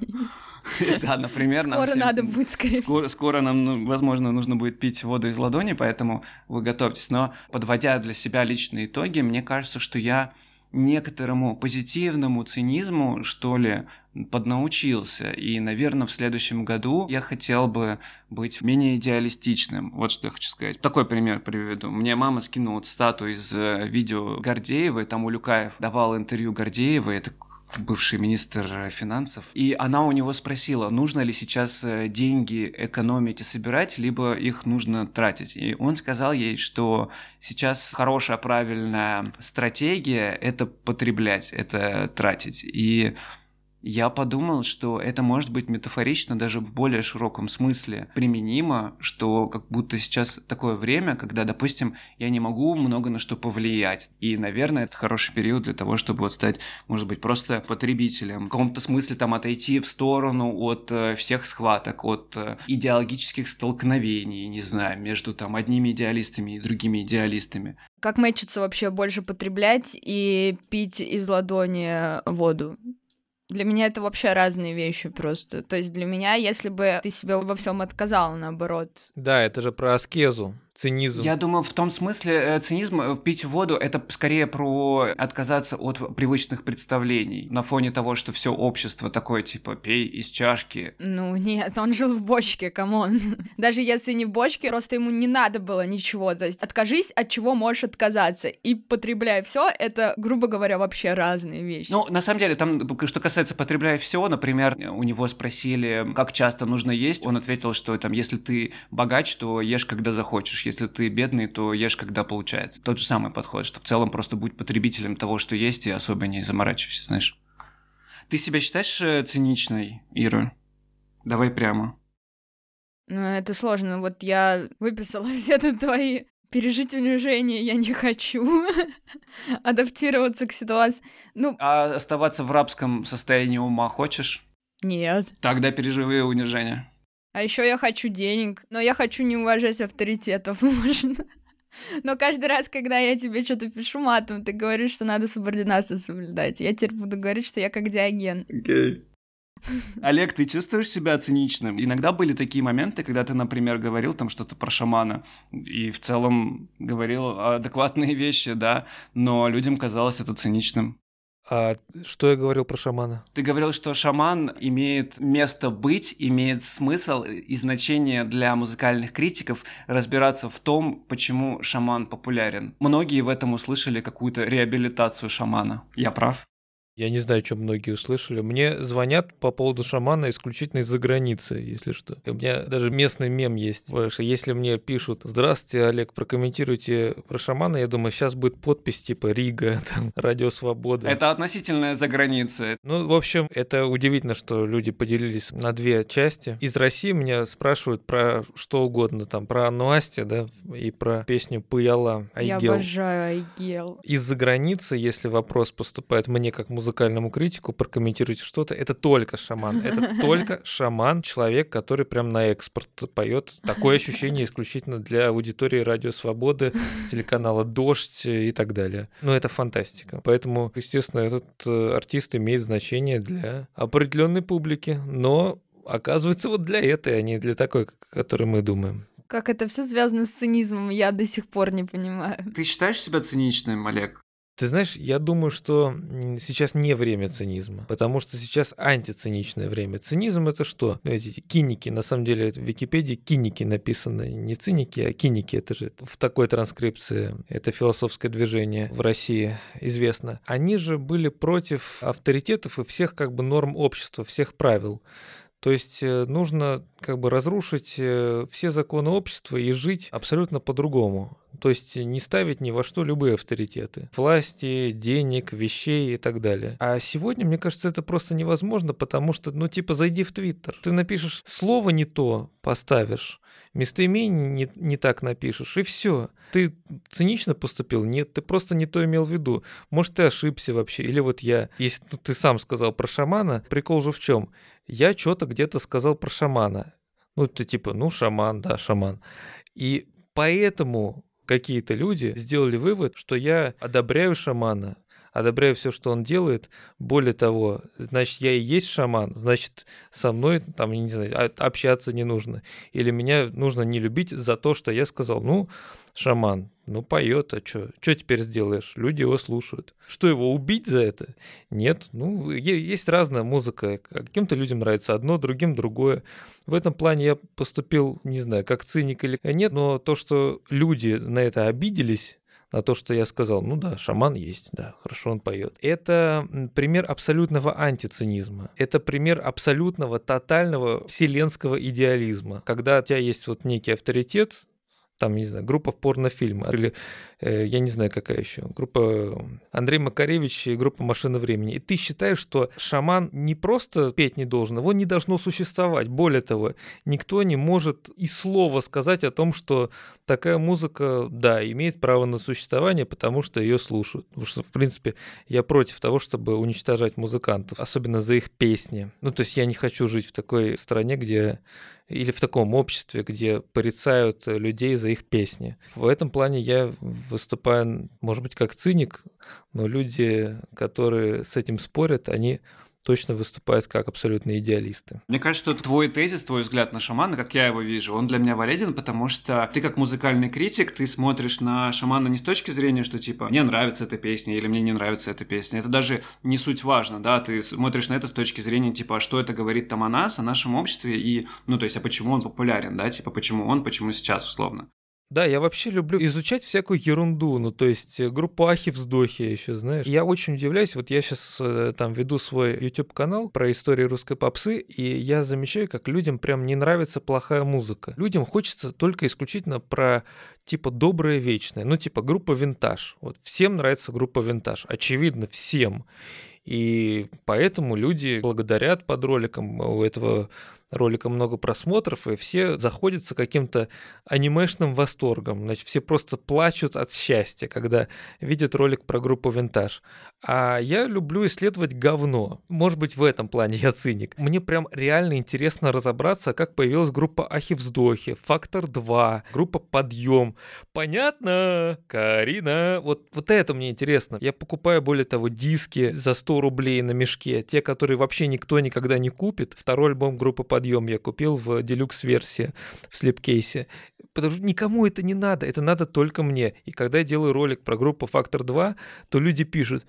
Да, например. Скоро всем... надо будет, скорее всего. Скоро, скоро нам, ну, возможно, нужно будет пить воду из ладони, поэтому вы готовьтесь. Но подводя для себя личные итоги, мне кажется, что я некоторому позитивному цинизму, что ли, поднаучился. И, наверное, в следующем году я хотел бы быть менее идеалистичным. Вот что я хочу сказать. Такой пример приведу. Мне мама скинула цитату из видео Гордеевой. Там Улюкаев давал интервью Гордеевой. Это бывший министр финансов, и она у него спросила, нужно ли сейчас деньги экономить и собирать, либо их нужно тратить. И он сказал ей, что сейчас хорошая, правильная стратегия — это потреблять, это тратить. И я подумал, что это может быть метафорично даже в более широком смысле применимо, что как будто сейчас такое время, когда, допустим, я не могу много на что повлиять. И, наверное, это хороший период для того, чтобы вот стать, может быть, просто потребителем. В каком-то смысле там отойти в сторону от э, всех схваток, от э, идеологических столкновений, не знаю, между там одними идеалистами и другими идеалистами. Как мэчится вообще больше потреблять и пить из ладони воду? Для меня это вообще разные вещи просто. То есть для меня, если бы ты себе во всем отказал, наоборот. Да, это же про аскезу. Цинизм. Я думаю, в том смысле цинизм, пить воду, это скорее про отказаться от привычных представлений на фоне того, что все общество такое, типа, пей из чашки. Ну нет, он жил в бочке, камон. Даже если не в бочке, просто ему не надо было ничего. То есть откажись, от чего можешь отказаться, и потребляй все. Это, грубо говоря, вообще разные вещи. Ну, на самом деле, там, что касается потребляй все, например, у него спросили, как часто нужно есть. Он ответил, что там, если ты богач, то ешь, когда захочешь. Если ты бедный, то ешь, когда получается. Тот же самый подход, что в целом просто будь потребителем того, что есть, и особо не заморачивайся, знаешь. Ты себя считаешь циничной, Ира? Давай прямо. Ну, это сложно. Вот я выписала все тут твои пережить унижение я не хочу. Адаптироваться к ситуации. Ну... А оставаться в рабском состоянии ума хочешь? Нет. Тогда переживи унижение. А еще я хочу денег, но я хочу не уважать авторитетов, можно. Но каждый раз, когда я тебе что-то пишу матом, ты говоришь, что надо субординацию соблюдать. Я теперь буду говорить, что я как Диоген. Окей. Okay. Олег, ты чувствуешь себя циничным? Иногда были такие моменты, когда ты, например, говорил там что-то про шамана, и в целом говорил адекватные вещи, да, но людям казалось это циничным. А что я говорил про шамана? Ты говорил, что шаман имеет место быть, имеет смысл и значение для музыкальных критиков разбираться в том, почему шаман популярен. Многие в этом услышали какую-то реабилитацию шамана. Я прав? Я не знаю, что многие услышали. Мне звонят по поводу шамана исключительно из-за границы, если что. У меня даже местный мем есть. Что если мне пишут: «Здравствуйте, Олег, прокомментируйте про шамана», я думаю, сейчас будет подпись типа «Рига», там, «Радио Свобода». Это относительная за границей. Ну, в общем, это удивительно, что люди поделились на две части. Из России меня спрашивают про что угодно, там, про Анну Асти, да, и про песню «Пыяла», Я «Айгел». обожаю Айгел. Из-за границы, если вопрос поступает мне как музыкальному критику, прокомментируйте что-то, это только шаман. Это только шаман, человек, который прям на экспорт поет. Такое ощущение исключительно для аудитории Радио Свободы, телеканала «Дождь» и так далее. Но это фантастика. Поэтому, естественно, этот артист имеет значение для определенной публики, но оказывается вот для этой, а не для такой, о которой мы думаем. Как это все связано с цинизмом, я до сих пор не понимаю. Ты считаешь себя циничным, Олег? Ты знаешь, я думаю, что сейчас не время цинизма, потому что сейчас антициничное время. Цинизм — это что? Ну, эти киники, на самом деле в Википедии киники написано, не циники, а киники. Это же в такой транскрипции, это философское движение в России известно. Они же были против авторитетов и всех как бы норм общества, всех правил. То есть нужно как бы разрушить все законы общества и жить абсолютно по-другому. То есть не ставить ни во что любые авторитеты. Власти, денег, вещей и так далее. А сегодня, мне кажется, это просто невозможно, потому что, ну типа, зайди в Твиттер. Ты напишешь слово не то, поставишь. Местоимение не, не так напишешь, и все. Ты цинично поступил? Нет, ты просто не то имел в виду. Может, ты ошибся вообще. Или вот я, если ну, ты сам сказал про шамана, прикол же в чем? Я что-то где-то сказал про шамана. Ну, ты типа, ну, шаман, да, шаман. И поэтому какие-то люди сделали вывод, что я одобряю шамана, одобряю все, что он делает. Более того, значит, я и есть шаман, значит, со мной, там, не знаю, общаться не нужно. Или меня нужно не любить за то, что я сказал, ну, шаман, ну, поет, а что? Что теперь сделаешь? Люди его слушают. Что, его убить за это? Нет. Ну, есть разная музыка. Каким-то людям нравится одно, другим другое. В этом плане я поступил, не знаю, как циник или нет, но то, что люди на это обиделись, на то, что я сказал, ну да, шаман есть, да, хорошо он поет. Это пример абсолютного антицинизма. Это пример абсолютного, тотального вселенского идеализма. Когда у тебя есть вот некий авторитет, там, не знаю, группа порнофильма, или э, я не знаю, какая еще, группа Андрей Макаревич и группа «Машина времени». И ты считаешь, что шаман не просто петь не должен, его не должно существовать. Более того, никто не может и слова сказать о том, что такая музыка, да, имеет право на существование, потому что ее слушают. Потому что, в принципе, я против того, чтобы уничтожать музыкантов, особенно за их песни. Ну, то есть я не хочу жить в такой стране, где... или в таком обществе, где порицают людей за их песни. В этом плане я выступаю, может быть, как циник, но люди, которые с этим спорят, они точно выступают как абсолютные идеалисты. Мне кажется, что твой тезис, твой взгляд на шамана, как я его вижу, он для меня валиден, потому что ты как музыкальный критик, ты смотришь на шамана не с точки зрения, что типа мне нравится эта песня или мне не нравится эта песня. Это даже не суть важно, да, ты смотришь на это с точки зрения типа, а что это говорит там о нас, о нашем обществе и, ну, то есть, а почему он популярен, да, типа, почему он, почему сейчас, условно. Да, я вообще люблю изучать всякую ерунду, ну, то есть группу Ахи-вздохи еще, знаешь. Я очень удивляюсь, вот я сейчас там веду свой YouTube-канал про историю русской попсы, и я замечаю, как людям прям не нравится плохая музыка. Людям хочется только исключительно про типа доброе вечное, ну, типа группа «Винтаж». Вот всем нравится группа «Винтаж», очевидно, всем. И поэтому люди благодарят под роликом, у этого ролика много просмотров, и все заходятся каким-то анимешным восторгом. Значит, все просто плачут от счастья, когда видят ролик про группу «Винтаж». А я люблю исследовать говно. Может быть, в этом плане я циник. Мне прям реально интересно разобраться, как появилась группа Ахи-вздохи, Фактор два, группа Подъем. Понятно, Карина. Вот, вот это мне интересно. Я покупаю, более того, диски за сто рублей на мешке, те, которые вообще никто никогда не купит. Второй альбом группы Подъем я купил в делюкс-версии, в слипкейсе. Потому что никому это не надо, это надо только мне. И когда я делаю ролик про группу «Фактор два», то люди пишут: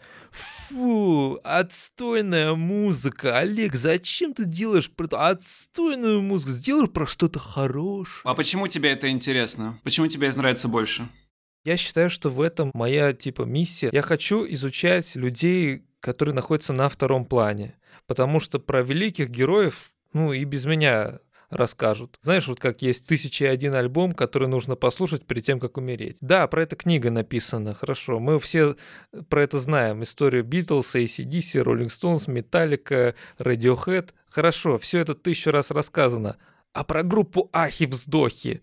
«Фу, отстойная музыка, Олег, зачем ты делаешь про эту отстойную музыку? Сделай про что-то хорошее». А почему тебе это интересно? Почему тебе это нравится больше? Я считаю, что в этом моя типа миссия. Я хочу изучать людей, которые находятся на втором плане. Потому что про великих героев, ну и без меня расскажут. Знаешь, вот как есть «Тысяча и один альбом», который нужно послушать перед тем, как умереть. Да, про это книга написана, хорошо. Мы все про это знаем. Историю Битлз, эй си ди си, Роллинг Стоунс, Металлика, Radiohead. Хорошо, все это тысячу раз рассказано. А про группу «Ахи-вздохи»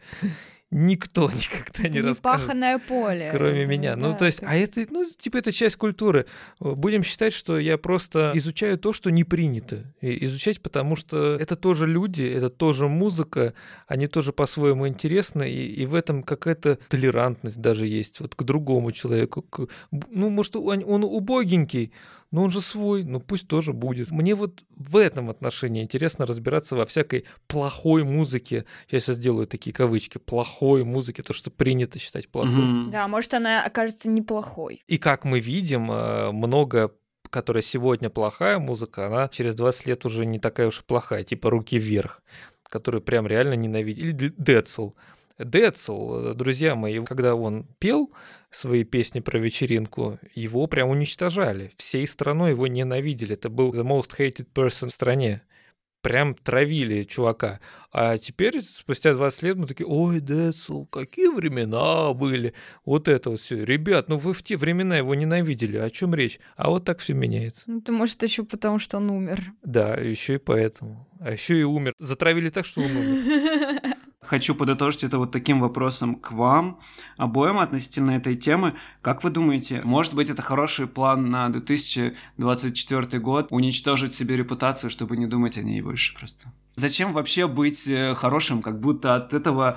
никто никогда не расскажет. Непаханное поле. Кроме меня. Да, ну, то есть, ты... а это, ну, типа, это часть культуры. Будем считать, что я просто изучаю то, что не принято. И изучать, потому что это тоже люди, это тоже музыка, они тоже по-своему интересны, и, и в этом какая-то толерантность даже есть вот к другому человеку. К, ну, может, он, он убогенький, но он же свой, ну пусть тоже будет. Мне вот в этом отношении интересно разбираться во всякой плохой музыке. Я сейчас сделаю такие кавычки. Плохой музыке, то, что принято считать плохой. Мгм. Да, может, она окажется неплохой. И как мы видим, э, много, которая сегодня плохая музыка, она через двадцать лет уже не такая уж и плохая. Типа «Руки вверх», которые прям реально ненавидели. Или Децл. Децл, друзья мои, когда он пел свои песни про вечеринку, его прям уничтожали. Всей страной его ненавидели. Это был the most hated person в стране. Прям травили чувака. А теперь, спустя двадцать лет, мы такие: ой, Децл, какие времена были. Вот это вот все. Ребят, ну вы в те времена его ненавидели. О чем речь? А вот так все меняется. Ну, это может еще потому, что он умер. Да, еще и поэтому. А еще и умер. Затравили так, что он умер. Хочу подытожить это вот таким вопросом к вам обоим относительно этой темы. Как вы думаете, может быть, это хороший план на две тысячи двадцать четвёртый год — уничтожить себе репутацию, чтобы не думать о ней больше просто? Зачем вообще быть э, хорошим, как будто от этого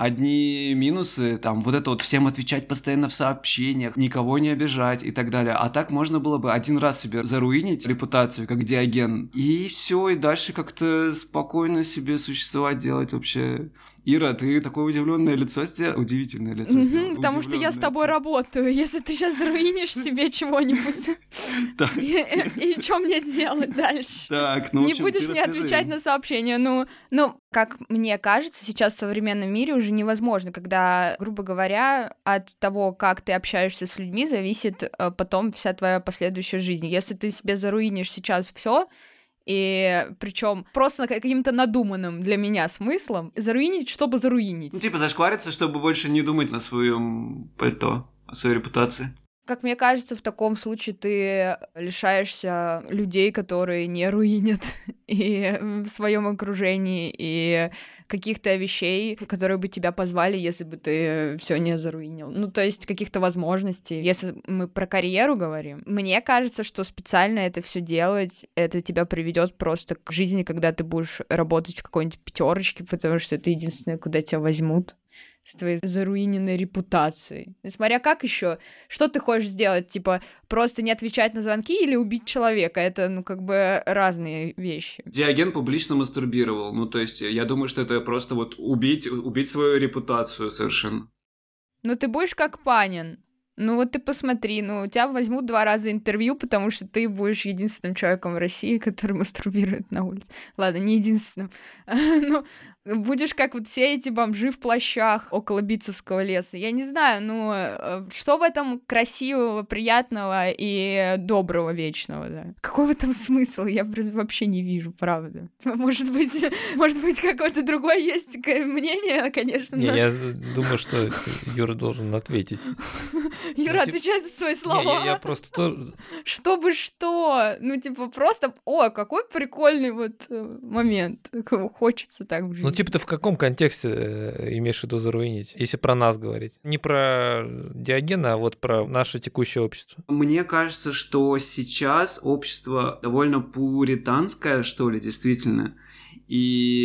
одни минусы, там, вот это вот всем отвечать постоянно в сообщениях, никого не обижать и так далее. А так можно было бы один раз себе заруинить репутацию, как Диоген, и все, и дальше как-то спокойно себе существовать, делать вообще. Ира, ты такое удивленное лицо сделала, удивительное лицо Мгм, сделала. потому что я с Удивлённое. тобой работаю. Если ты сейчас заруинишь себе чего-нибудь, Так, и что мне делать дальше? так, ну, в Не общем, будешь ты мне расскажи. отвечать на сообщения. Ну, ну, как мне кажется, сейчас в современном мире уже невозможно, когда, грубо говоря, от того, как ты общаешься с людьми, зависит э, потом вся твоя последующая жизнь. Если ты себе заруинишь сейчас все, и причем просто каким-то надуманным для меня смыслом, заруинить, чтобы заруинить. Ну, типа зашквариться, чтобы больше не думать о своем пальто, о своей репутации. Как мне кажется, в таком случае ты лишаешься людей, которые не руинят и в своем окружении, и каких-то вещей, которые бы тебя позвали, если бы ты все не заруинил. Ну, то есть каких-то возможностей. Если мы про карьеру говорим, мне кажется, что специально это все делать, это тебя приведет просто к жизни, когда ты будешь работать в какой-нибудь пятерочке, потому что это единственное, куда тебя возьмут с твоей заруиненной репутацией. Смотря как еще, что ты хочешь сделать, типа просто не отвечать на звонки или убить человека, это, ну, как бы разные вещи. Диоген публично мастурбировал, ну, то есть я думаю, что это просто вот убить, убить свою репутацию совершенно. Ну, ты будешь как Панин. Ну, вот ты посмотри, ну, у тебя возьмут два раза интервью, потому что ты будешь единственным человеком в России, который мастурбирует на улице. Ладно, не единственным. Ну, будешь как вот все эти бомжи в плащах около Битцевского леса. Я не знаю, ну, что в этом красивого, приятного и доброго вечного, да? Какой в этом смысл? Я вообще не вижу, правда. Может быть, может быть, какое-то другое есть мнение, конечно. Не, но... я думаю, что Юра должен ответить. Юра, Ну, типа- отвечай за свои Не, слова. я, я просто тоже... Чтобы что? Ну, типа, просто... О, какой прикольный вот э, момент. Хочется так в жизни. Ну, типа, ты в каком контексте э, имеешь в виду заруинить? Если про нас говорить. Не про Диогена, а вот про наше текущее общество. Мне кажется, что сейчас общество довольно пуританское, что ли, действительно. И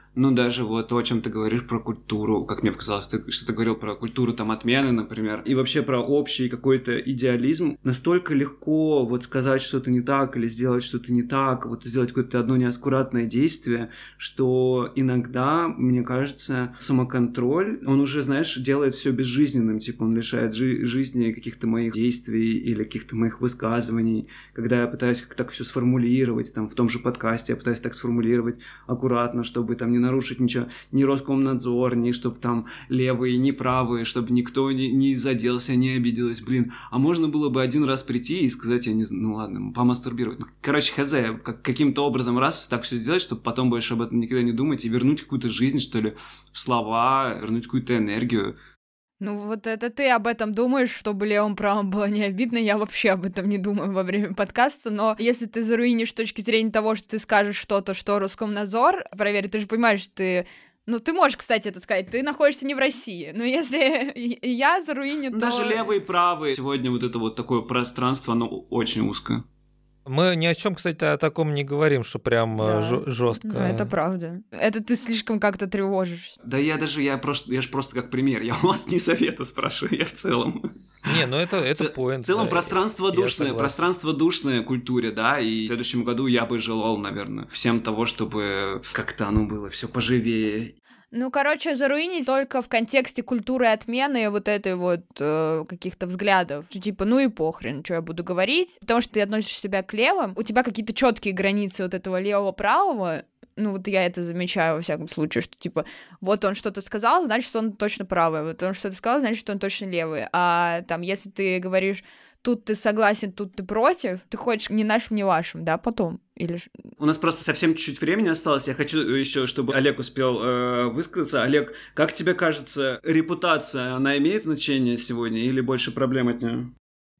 Ну, даже вот то, о чем ты говоришь про культуру, как мне показалось, ты что-то говорил про культуру там отмены, например, и вообще про общий какой-то идеализм. Настолько легко вот сказать что-то не так или сделать что-то не так, вот сделать какое-то одно неаккуратное действие, что иногда, мне кажется, самоконтроль, он уже, знаешь, делает все безжизненным, типа он лишает жи- жизни каких-то моих действий или каких-то моих высказываний, когда я пытаюсь как-то так все сформулировать, там в том же подкасте я пытаюсь так сформулировать аккуратно, чтобы там не нарушить ничего, ни Роскомнадзор, ни чтобы там левые, ни правые, чтобы никто не, не заделся, не обиделся, блин. А можно было бы один раз прийти и сказать, я не знаю, ну ладно, помастурбировать. Ну, короче, хз, как, каким-то образом раз так все сделать, чтобы потом больше об этом никогда не думать и вернуть какую-то жизнь, что ли, в слова, вернуть какую-то энергию. Ну вот это ты об этом думаешь, чтобы левым правым было не обидно, я вообще об этом не думаю во время подкаста, но если ты заруинишь с точки зрения того, что ты скажешь что-то, что Роскомнадзор проверит, ты же понимаешь, что ты... Ну, ты можешь, кстати, это сказать, ты находишься не в России, но если я заруиню, то... Даже левые и правые. Сегодня вот это вот такое пространство, оно очень узкое. Мы ни о чем, кстати, о таком не говорим, что прям Да. жестко. Ну, это правда. Это ты слишком как-то тревожишься. Да я даже, я просто, я же просто как пример, я у вас не совета спрашиваю, я в целом. Не, ну это, это Ц- поинт. В целом да, пространство я душное, согласен. пространство душное культуре, да, и в следующем году я бы желал, наверное, всем того, чтобы как-то оно было все поживее. Ну, короче, заруинить только в контексте культуры отмены вот этой вот э, каких-то взглядов. Что, типа, ну и похрен, что я буду говорить. Потому что ты относишь себя к левым, у тебя какие-то четкие границы вот этого левого-правого. Ну, вот я это замечаю во всяком случае, что, типа, вот он что-то сказал, значит, он точно правый. Вот он что-то сказал, значит, он точно левый. А там, если ты говоришь, тут ты согласен, тут ты против, ты хочешь не нашим, не вашим, да, потом? Или... У нас просто совсем чуть-чуть времени осталось. Я хочу еще, чтобы Олег успел э, высказаться. Олег, как тебе кажется, репутация, она имеет значение сегодня или больше проблем от нее?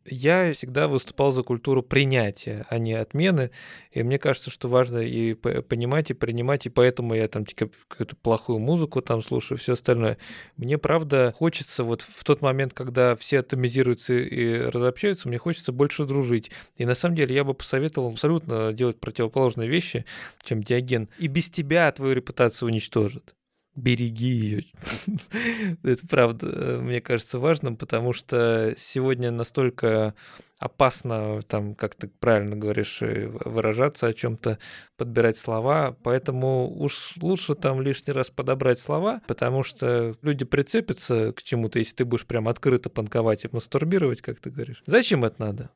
Я всегда выступал за культуру принятия, а не отмены. И мне кажется, что важно и понимать, и принимать, и поэтому я там типа, какую-то плохую музыку там слушаю, все остальное. Мне, правда, хочется вот в тот момент, когда все атомизируются и разобщаются, мне хочется больше дружить. И на самом деле я бы посоветовал абсолютно делать противоположные вещи, чем Диоген. И без тебя твою репутацию уничтожат. Береги ее. Это правда, мне кажется, важным, потому что сегодня настолько опасно, там, как ты правильно говоришь, выражаться о чем-то, подбирать слова, поэтому уж лучше там лишний раз подобрать слова, потому что люди прицепятся к чему-то, если ты будешь прям открыто панковать и мастурбировать, как ты говоришь. Зачем это надо?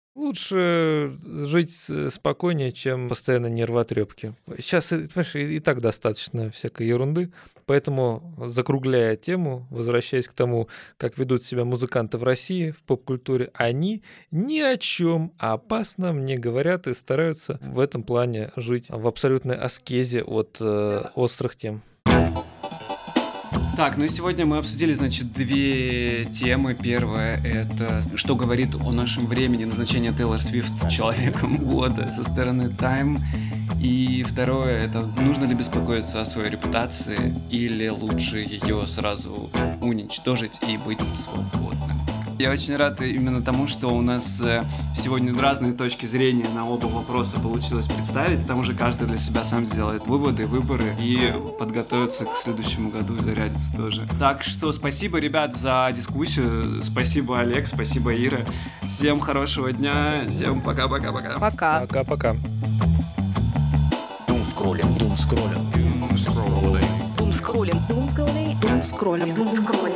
Лучше жить спокойнее, чем постоянно нервотрепки. Сейчас, понимаешь, и так достаточно всякой ерунды, поэтому, закругляя тему, возвращаясь к тому, как ведут себя музыканты в России, в поп-культуре, они ни о чем опасном не говорят и стараются в этом плане жить в абсолютной аскезе от э, острых тем. Так, ну и сегодня мы обсудили, значит, две темы. Первая — это что говорит о нашем времени назначение Тейлор Свифт человеком года со стороны Time. И второе — это нужно ли беспокоиться о своей репутации или лучше ее сразу уничтожить и быть свободным. Я очень рад именно тому, что у нас сегодня разные точки зрения на оба вопроса получилось представить. К тому же каждый для себя сам сделает выводы, выборы и подготовится к следующему году и зарядится тоже. Так что спасибо, ребят, за дискуссию. Спасибо, Олег, спасибо, Ира. Всем хорошего дня. Всем пока-пока-пока. Пока. Пока-пока. Думскроллинг, думскроллинг, думскроллинг, думскроллинг, думскроллинг, думскроллинг, думскроллинг.